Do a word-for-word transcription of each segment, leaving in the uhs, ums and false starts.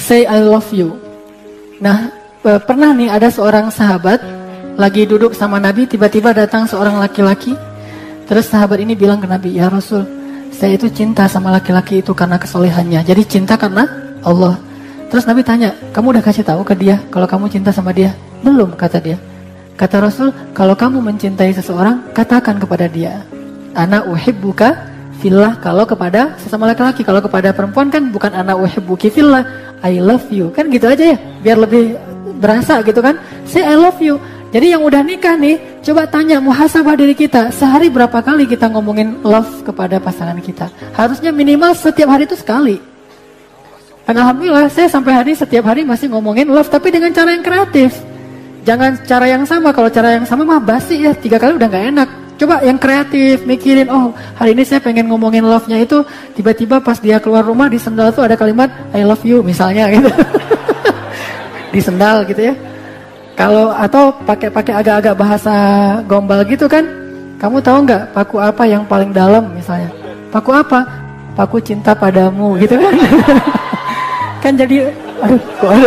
say I love you. Nah, pernah nih ada seorang sahabat lagi duduk sama Nabi, tiba-tiba datang seorang laki-laki. Terus sahabat ini bilang ke Nabi, ya Rasul, saya itu cinta sama laki-laki itu karena kesolehannya. Jadi cinta karena Allah. Terus Nabi tanya, kamu udah kasih tahu ke dia kalau kamu cinta sama dia? Belum, kata dia. Kata Rasul, kalau kamu mencintai seseorang, katakan kepada dia, ana uhibbuka fillah. Kalau kepada sesama laki-laki, kalau kepada perempuan kan bukan ana uhibbuki fillah, I love you. Kan gitu aja ya, biar lebih berasa gitu kan. Say I love you. Jadi yang udah nikah nih, coba tanya muhasabah diri kita, sehari berapa kali kita ngomongin love kepada pasangan kita? Harusnya minimal setiap hari itu sekali. Dan alhamdulillah saya sampai hari setiap hari masih ngomongin love, tapi dengan cara yang kreatif. Jangan cara yang sama, kalau cara yang sama mah basi ya, tiga kali udah gak enak. Coba yang kreatif, mikirin, oh hari ini saya pengen ngomongin love-nya itu, tiba-tiba pas dia keluar rumah di sendal tuh ada kalimat I love you misalnya gitu. Di sendal gitu ya. Kalau atau pakai-pakai agak-agak bahasa gombal gitu kan, kamu tahu nggak paku apa yang paling dalam misalnya? Paku apa? Paku cinta padamu gitu kan? Kan jadi, aduh kok ada.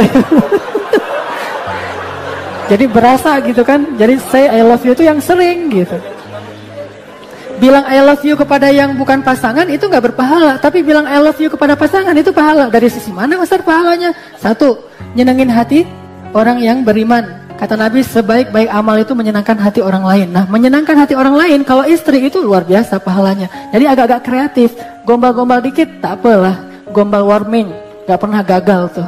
Jadi berasa gitu kan. Jadi say I love you itu yang sering gitu. Bilang I love you kepada yang bukan pasangan itu nggak berpahala, tapi bilang I love you kepada pasangan itu pahala. Dari sisi mana besar pahalanya? Satu, nyenengin hati orang yang beriman. Kata Nabi, sebaik-baik amal itu menyenangkan hati orang lain. Nah, menyenangkan hati orang lain kalau istri itu luar biasa pahalanya. Jadi agak-agak kreatif, gombal-gombal dikit tak apalah. Gombal warming, gak pernah gagal tuh.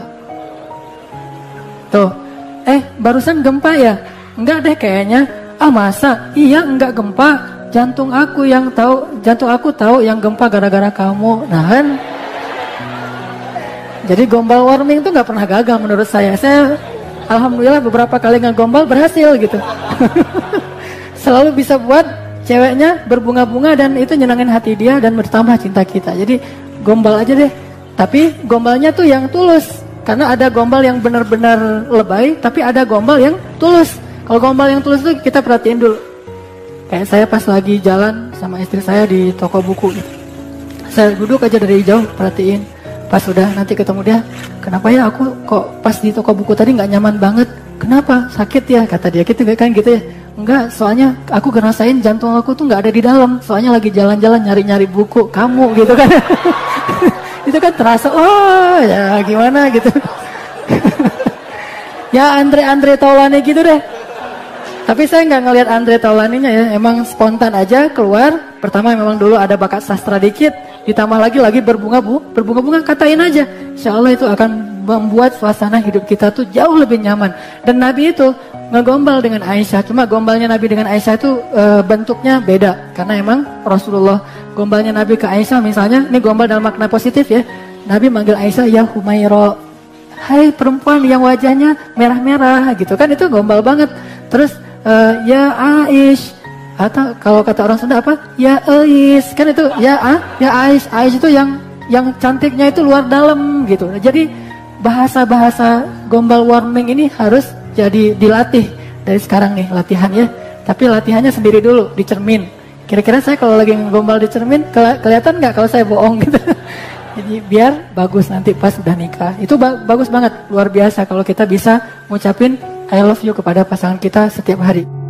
Tuh, eh barusan gempa ya? Enggak deh kayaknya. Ah masa? Iya enggak gempa. Jantung aku yang tahu, jantung aku tahu yang gempa gara-gara kamu. Nah kan. Jadi gombal warming tuh gak pernah gagal menurut saya. Saya alhamdulillah beberapa kali ngegombal berhasil gitu. Selalu bisa buat ceweknya berbunga-bunga dan itu nyenangin hati dia dan bertambah cinta kita. Jadi gombal aja deh. Tapi gombalnya tuh yang tulus. Karena ada gombal yang benar-benar lebay, tapi ada gombal yang tulus. Kalau gombal yang tulus tuh kita perhatiin dulu. Kayak saya pas lagi jalan sama istri saya di toko buku gitu. Saya duduk aja dari jauh perhatiin. Pas udah nanti ketemu dia, kenapa ya aku kok pas di toko buku tadi nggak nyaman banget? Kenapa? Sakit ya? Kata dia gitu kan gitu ya. Enggak, soalnya aku ngerasain jantung aku tuh nggak ada di dalam. Soalnya lagi jalan-jalan nyari-nyari buku kamu gitu kan. Itu kan terasa, oh ya gimana gitu. Ya Andre-Andre Taulani gitu deh. Tapi saya nggak ngelihat Andre Taulaninya ya, emang spontan aja keluar. Pertama memang dulu ada bakat sastra dikit. Ditambah lagi lagi berbunga bu, berbunga-bunga katain aja. Insya Allah itu akan membuat suasana hidup kita tuh jauh lebih nyaman. Dan Nabi itu ngegombal dengan Aisyah. Cuma gombalnya Nabi dengan Aisyah itu e, bentuknya beda. Karena emang Rasulullah gombalnya Nabi ke Aisyah misalnya, ini gombal dalam makna positif ya. Nabi manggil Aisyah ya Humaira. Hai perempuan yang wajahnya merah-merah gitu kan, itu gombal banget. Terus e, ya Aish. Atau kalau kata orang Sunda apa? Ya Ais, kan itu ya ah, ya Ais, Ais itu yang yang cantiknya itu luar dalam gitu. Jadi bahasa-bahasa gombal warming ini harus jadi dilatih dari sekarang nih latihan ya. Tapi latihannya sendiri dulu di cermin. Kira-kira saya kalau lagi gombal di cermin keli- kelihatan nggak kalau saya bohong gitu. Jadi biar bagus nanti pas udah nikah. Itu ba- bagus banget, luar biasa kalau kita bisa ngucapin I love you kepada pasangan kita setiap hari.